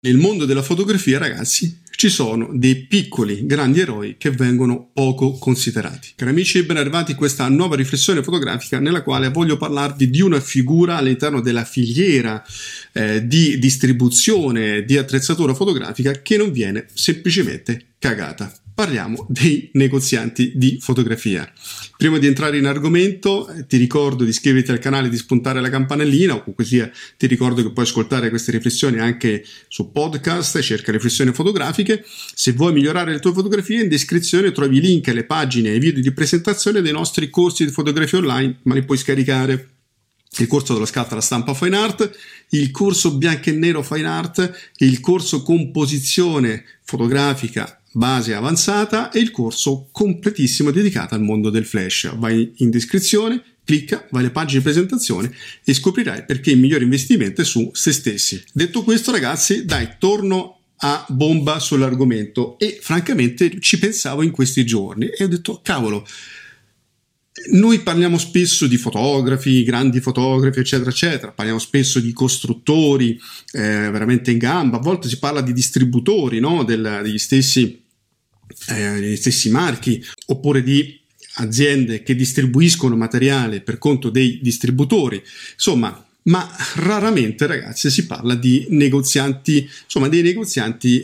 Nel mondo della fotografia, ragazzi, ci sono dei piccoli, grandi eroi che vengono poco considerati. Cari amici, ben arrivati in questa nuova riflessione fotografica nella quale voglio parlarvi di una figura all'interno della filiera di distribuzione di attrezzatura fotografica che non viene semplicemente cagata. Parliamo dei negozianti di fotografia. Prima di entrare in argomento ti ricordo di iscriverti al canale, di spuntare la campanellina, o comunque sia ti ricordo che puoi ascoltare queste riflessioni anche su podcast, cerca riflessioni fotografiche. Se vuoi migliorare le tue fotografie, in descrizione trovi i link alle pagine e ai video di presentazione dei nostri corsi di fotografia online, ma li puoi scaricare. Il corso dello scatto alla stampa fine art, il corso bianco e nero fine art, il corso composizione fotografica base avanzata e il corso completissimo dedicato al mondo del flash. Vai in descrizione, clicca, vai alle pagine di presentazione e scoprirai perché il migliore investimento è su se stessi. Detto questo, ragazzi, dai, torno a bomba sull'argomento e francamente ci pensavo in questi giorni e ho detto, cavolo, noi parliamo spesso di fotografi, grandi fotografi, eccetera, eccetera, parliamo spesso di costruttori veramente in gamba, a volte si parla di distributori, no? degli stessi marchi, oppure di aziende che distribuiscono materiale per conto dei distributori, insomma, ma raramente, ragazzi, si parla di negozianti, insomma, dei negozianti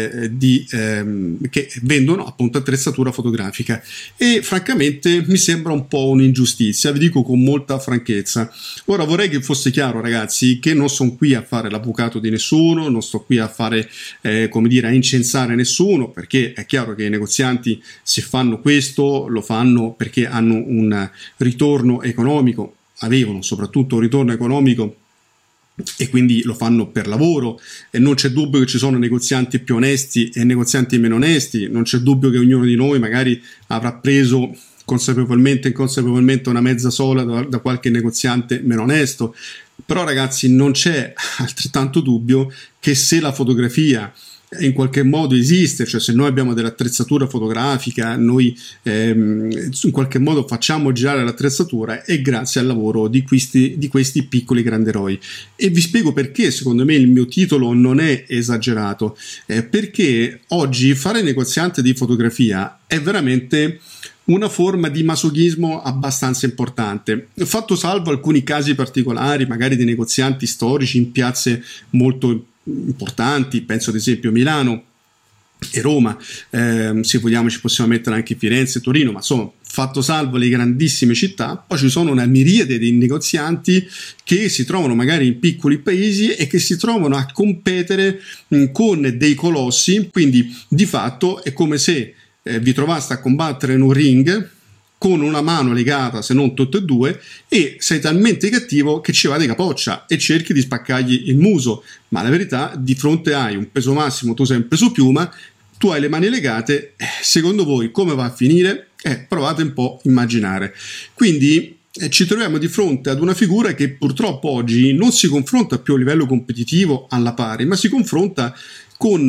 che vendono appunto attrezzatura fotografica e francamente mi sembra un po' un'ingiustizia, vi dico con molta franchezza. Ora vorrei che fosse chiaro, ragazzi, che non sono qui a fare l'avvocato di nessuno, non sto qui a fare come dire, a incensare nessuno, perché è chiaro che i negozianti, se fanno questo, lo fanno perché hanno un ritorno economico, avevano soprattutto un ritorno economico e quindi lo fanno per lavoro e non c'è dubbio che ci sono negozianti più onesti e negozianti meno onesti, non c'è dubbio che ognuno di noi magari avrà preso consapevolmente e inconsapevolmente una mezza sola da qualche negoziante meno onesto, però ragazzi non c'è altrettanto dubbio che se la fotografia in qualche modo esiste, cioè se noi abbiamo dell'attrezzatura fotografica, noi in qualche modo facciamo girare l'attrezzatura è grazie al lavoro di questi piccoli grandi eroi. E vi spiego perché secondo me il mio titolo non è esagerato, perché oggi fare negoziante di fotografia è veramente una forma di masochismo abbastanza importante, fatto salvo alcuni casi particolari, magari di negozianti storici in piazze molto importanti, penso ad esempio Milano e Roma, se vogliamo ci possiamo mettere anche Firenze e Torino, ma insomma fatto salvo le grandissime città, poi ci sono una miriade di negozianti che si trovano magari in piccoli paesi e che si trovano a competere con dei colossi, quindi di fatto è come se vi trovaste a combattere in un ring con una mano legata, se non tutte e due, e sei talmente cattivo che ci va di capoccia e cerchi di spaccargli il muso, ma la verità, di fronte hai un peso massimo, tu sei un peso piuma, tu hai le mani legate, secondo voi come va a finire? Provate un po' a immaginare. Quindi ci troviamo di fronte ad una figura che purtroppo oggi non si confronta più a livello competitivo alla pari, ma si confronta con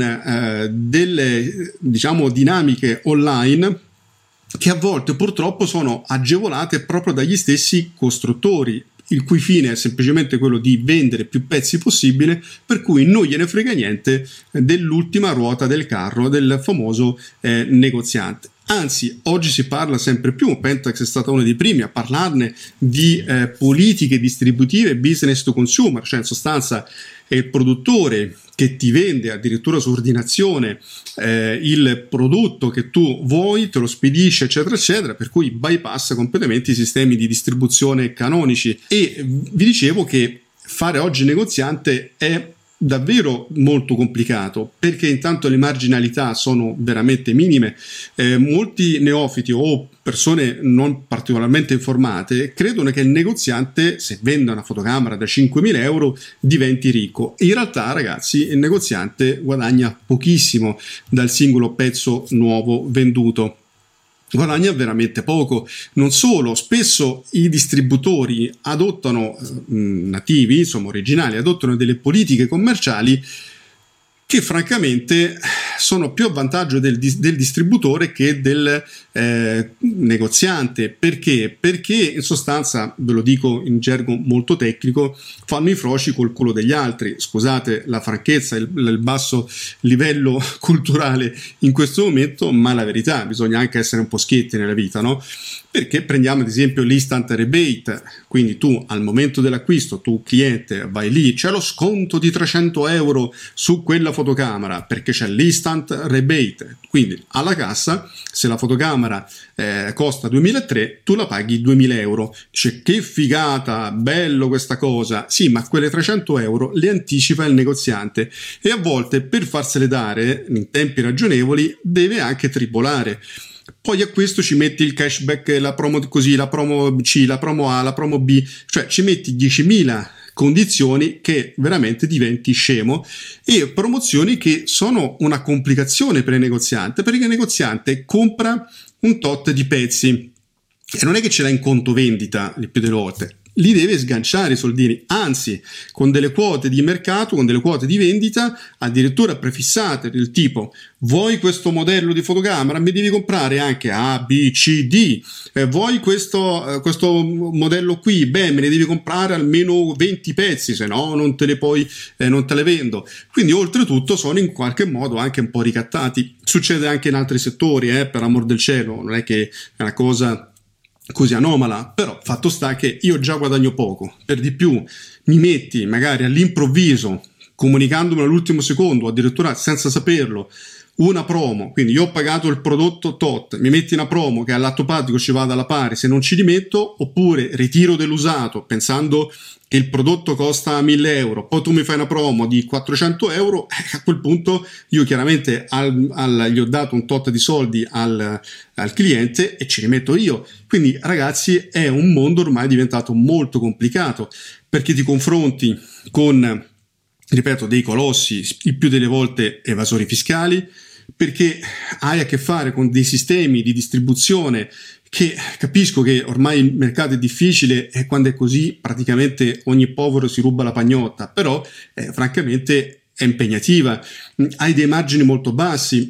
delle, diciamo, dinamiche online che a volte purtroppo sono agevolate proprio dagli stessi costruttori, il cui fine è semplicemente quello di vendere più pezzi possibile, per cui non gliene frega niente dell'ultima ruota del carro del famoso negoziante. Anzi, oggi si parla sempre più, Pentax è stata uno dei primi a parlarne, di politiche distributive business to consumer, cioè in sostanza è il produttore che ti vende addirittura su ordinazione il prodotto che tu vuoi, te lo spedisce, eccetera, eccetera, per cui bypassa completamente i sistemi di distribuzione canonici. E vi dicevo che fare oggi negoziante è davvero molto complicato, perché intanto le marginalità sono veramente minime, molti neofiti o persone non particolarmente informate credono che il negoziante, se vende una fotocamera da 5.000 euro, diventi ricco. In realtà, ragazzi, il negoziante guadagna pochissimo dal singolo pezzo nuovo venduto. Guadagna veramente poco. Non solo, spesso i distributori adottano, nativi, insomma originali, adottano delle politiche commerciali che francamente sono più a vantaggio del distributore che del negoziante. Perché? Perché in sostanza, ve lo dico in gergo molto tecnico, fanno i froci col culo degli altri. Scusate la franchezza, il basso livello culturale in questo momento, ma la verità, bisogna anche essere un po' schietti nella vita, no? Perché prendiamo ad esempio l'instant rebate, quindi tu al momento dell'acquisto, tu cliente vai lì, c'è lo sconto di 300 euro su quella fotocamera perché c'è l'instant rebate, quindi alla cassa se la fotocamera costa 2.300 tu la paghi 2.000 euro. Dice che figata, bello questa cosa, sì, ma quelle 300 euro le anticipa il negoziante e a volte per farsele dare in tempi ragionevoli deve anche tribolare. Poi a questo ci metti il cashback, la promo così, la promo C, la promo A, la promo B, cioè ci metti 10.000 condizioni che veramente diventi scemo, e promozioni che sono una complicazione per il negoziante, perché il negoziante compra un tot di pezzi e non è che ce l'ha in conto vendita il più delle volte, li deve sganciare i soldini, anzi con delle quote di mercato, con delle quote di vendita addirittura prefissate, del tipo: vuoi questo modello di fotocamera? Mi devi comprare anche A, B, C, D. Vuoi questo modello qui? Beh, me ne devi comprare almeno 20 pezzi, se no non te le vendo. Quindi oltretutto sono in qualche modo anche un po' ricattati. Succede anche in altri settori, per amor del cielo, non è che è una cosa così anomala, però fatto sta che io già guadagno poco, per di più mi metti magari all'improvviso, comunicandomi all'ultimo secondo, addirittura senza saperlo, una promo, quindi io ho pagato il prodotto tot, mi metti una promo che all'atto pratico ci vada alla pari se non ci rimetto, oppure ritiro dell'usato pensando che il prodotto costa 1.000 euro, poi tu mi fai una promo di 400 euro, a quel punto io chiaramente gli ho dato un tot di soldi al cliente e ci rimetto io. Quindi ragazzi, è un mondo ormai diventato molto complicato, perché ti confronti con, ripeto, dei colossi, il più delle volte evasori fiscali, perché hai a che fare con dei sistemi di distribuzione che capisco che ormai il mercato è difficile e quando è così praticamente ogni povero si ruba la pagnotta, però francamente è impegnativa, hai dei margini molto bassi,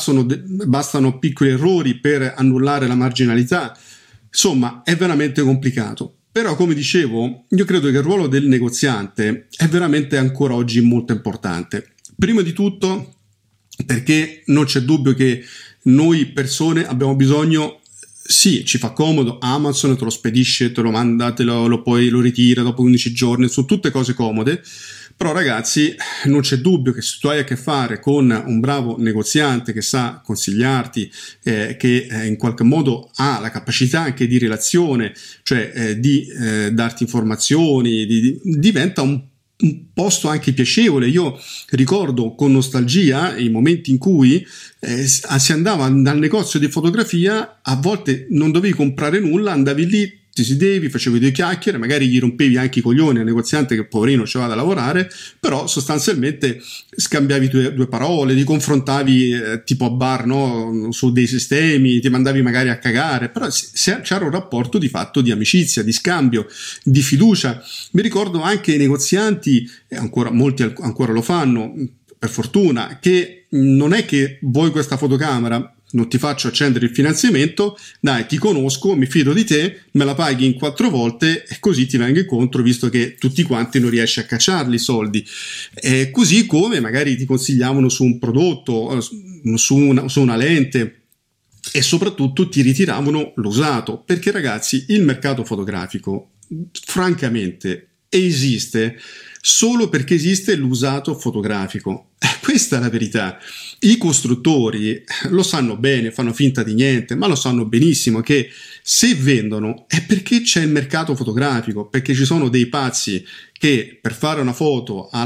bastano piccoli errori per annullare la marginalità, insomma è veramente complicato. Però, come dicevo, io credo che il ruolo del negoziante è veramente ancora oggi molto importante. Prima di tutto perché non c'è dubbio che noi persone abbiamo bisogno, sì, ci fa comodo, Amazon te lo spedisce, te lo manda, poi lo ritira dopo 15 giorni, sono tutte cose comode, però ragazzi non c'è dubbio che se tu hai a che fare con un bravo negoziante che sa consigliarti, che in qualche modo ha la capacità anche di relazione, cioè di darti informazioni, diventa un posto anche piacevole. Io ricordo con nostalgia i momenti in cui si andava dal negozio di fotografia, a volte non dovevi comprare nulla, andavi lì, ti sedevi, facevi due chiacchiere, magari gli rompevi anche i coglioni al negoziante che poverino ci va da lavorare, però sostanzialmente scambiavi due parole, ti confrontavi tipo a bar, no? Su dei sistemi, ti mandavi magari a cagare, però c'era un rapporto di fatto di amicizia, di scambio, di fiducia. Mi ricordo anche i negozianti, molti ancora lo fanno, per fortuna, che non è che vuoi questa fotocamera, non ti faccio accendere il finanziamento, dai, ti conosco, mi fido di te, me la paghi in 4 volte e così ti vengo incontro, visto che tutti quanti non riesci a cacciarli i soldi. Così come magari ti consigliavano su un prodotto, su una lente, e soprattutto ti ritiravano l'usato, perché ragazzi il mercato fotografico francamente esiste solo perché esiste l'usato fotografico. Questa è la verità. I costruttori lo sanno bene, fanno finta di niente, ma lo sanno benissimo che se vendono è perché c'è il mercato fotografico, perché ci sono dei pazzi che per fare una foto a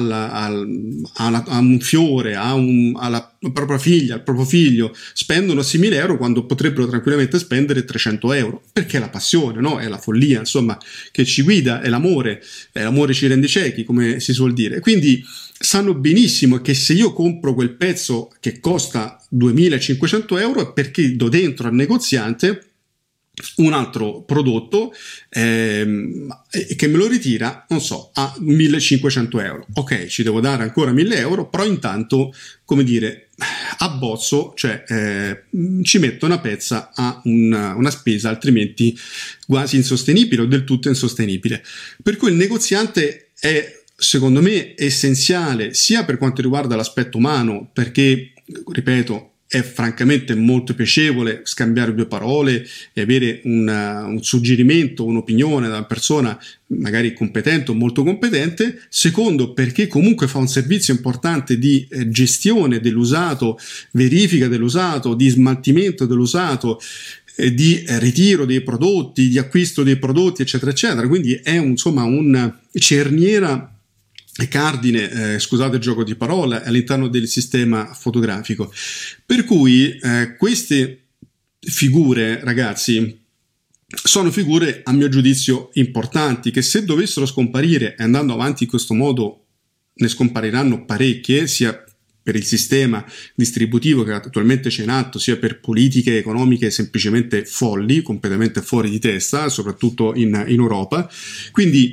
un fiore, alla propria figlia, al proprio figlio, spendono 6.000 euro quando potrebbero tranquillamente spendere 300 euro, perché è la passione, no? È la follia, insomma, che ci guida, è l'amore ci rende ciechi, come si suol dire. Quindi sanno benissimo che se io compro quel pezzo che costa 2.500 euro è perché do dentro al negoziante un altro prodotto che me lo ritira, non so, a 1.500 euro. Ok, ci devo dare ancora 1.000 euro, però intanto, come dire, abbozzo, cioè ci metto una pezza a una spesa altrimenti quasi insostenibile o del tutto insostenibile. Per cui il negoziante è, secondo me, essenziale sia per quanto riguarda l'aspetto umano, perché, ripeto, è francamente molto piacevole scambiare due parole e avere un suggerimento, un'opinione da una persona magari competente o molto competente. Secondo, perché comunque fa un servizio importante di gestione dell'usato, verifica dell'usato, di smaltimento dell'usato, di ritiro dei prodotti, di acquisto dei prodotti, eccetera, eccetera. Quindi è insomma una cerniera cardine, scusate il gioco di parole, all'interno del sistema fotografico. Per cui queste figure, ragazzi, sono figure a mio giudizio importanti, che se dovessero scomparire e andando avanti in questo modo ne scompariranno parecchie, sia per il sistema distributivo che attualmente c'è in atto, sia per politiche economiche semplicemente folli, completamente fuori di testa, soprattutto in Europa. Quindi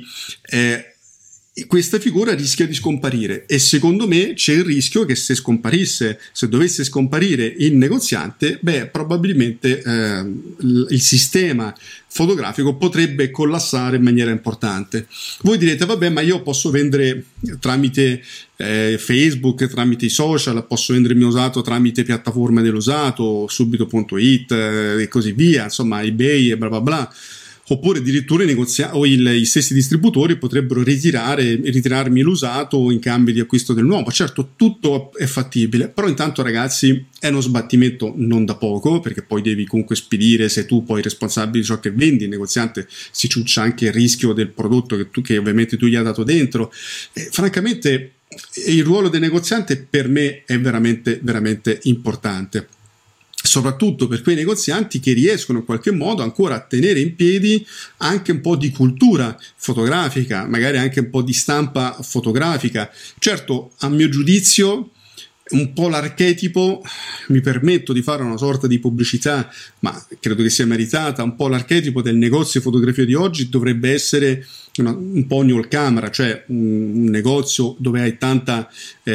questa figura rischia di scomparire e secondo me c'è il rischio che se dovesse scomparire il negoziante, probabilmente il sistema fotografico potrebbe collassare in maniera importante. Voi direte, vabbè, ma io posso vendere tramite Facebook, tramite i social, posso vendere il mio usato tramite piattaforme dell'usato, subito.it e così via, insomma eBay e bla bla bla. Oppure addirittura i stessi distributori potrebbero ritirarmi l'usato in cambio di acquisto del nuovo. Certo, tutto è fattibile, però intanto, ragazzi, è uno sbattimento non da poco, perché poi devi comunque spedire, sei tu poi responsabile di ciò che vendi, il negoziante si ciuccia anche il rischio del prodotto che ovviamente tu gli hai dato dentro. Francamente, il ruolo del negoziante per me è veramente, veramente importante, soprattutto per quei negozianti che riescono in qualche modo ancora a tenere in piedi anche un po' di cultura fotografica, magari anche un po' di stampa fotografica. Certo, a mio giudizio, un po' l'archetipo, mi permetto di fare una sorta di pubblicità, ma credo che sia meritata, un po' l'archetipo del negozio di fotografia di oggi dovrebbe essere un po' new camera, cioè un negozio dove hai tanta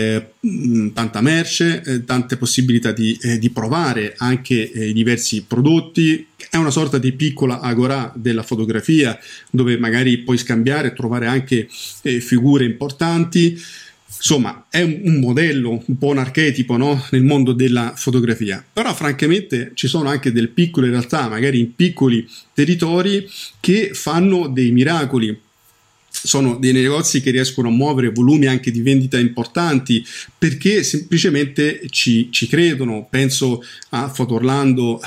merce, tante possibilità di provare anche i diversi prodotti. È una sorta di piccola agorà della fotografia dove magari puoi scambiare e trovare anche figure importanti. Insomma, è un modello, un po' un archetipo, no? Nel mondo della fotografia. Però francamente ci sono anche delle piccole realtà, magari in piccoli territori, che fanno dei miracoli. Sono dei negozi che riescono a muovere volumi anche di vendita importanti perché semplicemente ci credono. Penso a Fotorlando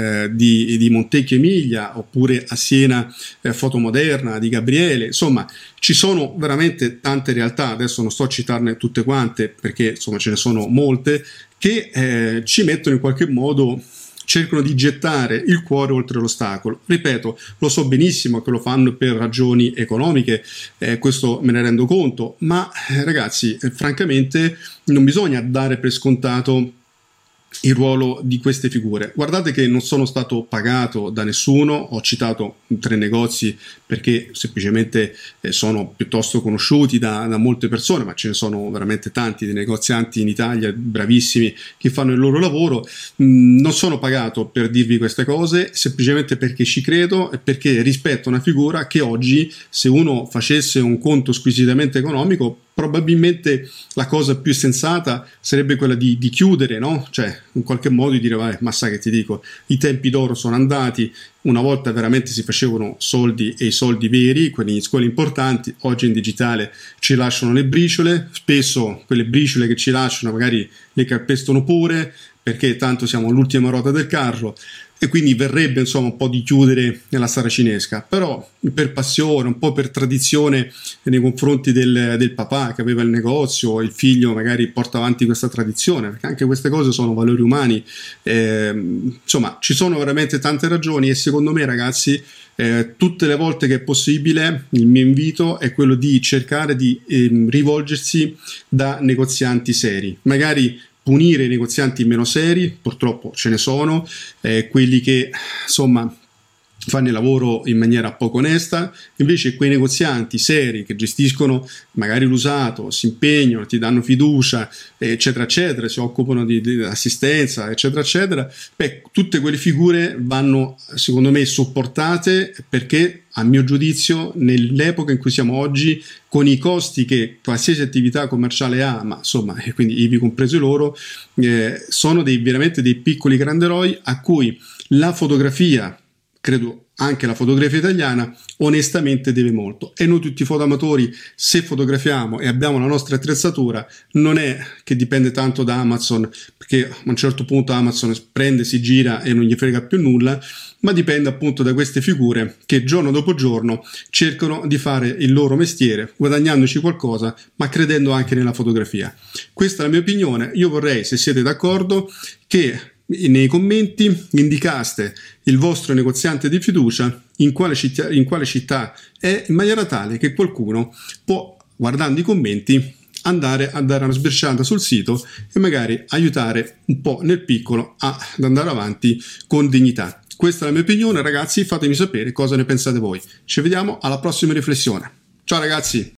di Montecchio Emilia, oppure a Siena Fotomoderna di Gabriele. Insomma, ci sono veramente tante realtà, adesso non sto a citarne tutte quante perché insomma ce ne sono molte, che ci mettono in qualche modo, cercano di gettare il cuore oltre l'ostacolo. Ripeto, lo so benissimo che lo fanno per ragioni economiche, questo me ne rendo conto, ma ragazzi, francamente non bisogna dare per scontato il ruolo di queste figure. Guardate che non sono stato pagato da nessuno, ho citato 3 negozi perché semplicemente sono piuttosto conosciuti da molte persone, ma ce ne sono veramente tanti di negozianti in Italia bravissimi che fanno il loro lavoro. Non sono pagato per dirvi queste cose, semplicemente perché ci credo e perché rispetto una figura che oggi, se uno facesse un conto squisitamente economico, probabilmente la cosa più sensata sarebbe quella di chiudere, no? Cioè, in qualche modo di dire, vai, ma sai che ti dico, i tempi d'oro sono andati, una volta veramente si facevano soldi, e i soldi veri, quelli importanti. Oggi in digitale ci lasciano le briciole, spesso quelle briciole che ci lasciano magari le calpestano pure, perché tanto siamo all'ultima ruota del carro, e quindi verrebbe insomma un po' di chiudere nella saracinesca. Però per passione, un po' per tradizione nei confronti del papà che aveva il negozio, il figlio magari porta avanti questa tradizione, perché anche queste cose sono valori umani. Insomma, ci sono veramente tante ragioni, e secondo me, ragazzi, tutte le volte che è possibile il mio invito è quello di cercare di rivolgersi da negozianti seri, magari punire i negozianti meno seri, purtroppo ce ne sono, quelli che insomma fanno il lavoro in maniera poco onesta, invece quei negozianti seri che gestiscono magari l'usato, si impegnano, ti danno fiducia, eccetera, eccetera, si occupano di assistenza, eccetera, eccetera, beh, tutte quelle figure vanno, secondo me, supportate perché, a mio giudizio, nell'epoca in cui siamo oggi, con i costi che qualsiasi attività commerciale ha, ma insomma, e quindi ivi compresi loro, sono veramente dei piccoli granderoi a cui la fotografia, credo anche la fotografia italiana, onestamente deve molto. E noi tutti fotoamatori, se fotografiamo e abbiamo la nostra attrezzatura, non è che dipende tanto da Amazon, perché a un certo punto Amazon prende, si gira e non gli frega più nulla, ma dipende appunto da queste figure che giorno dopo giorno cercano di fare il loro mestiere, guadagnandoci qualcosa, ma credendo anche nella fotografia. Questa è la mia opinione. Io vorrei, se siete d'accordo, che nei commenti indicaste il vostro negoziante di fiducia, in quale città è, in maniera tale che qualcuno può, guardando i commenti, andare a dare una sbirciata sul sito e magari aiutare un po' nel piccolo ad andare avanti con dignità. Questa è la mia opinione, ragazzi, fatemi sapere cosa ne pensate voi. Ci vediamo alla prossima riflessione. Ciao ragazzi!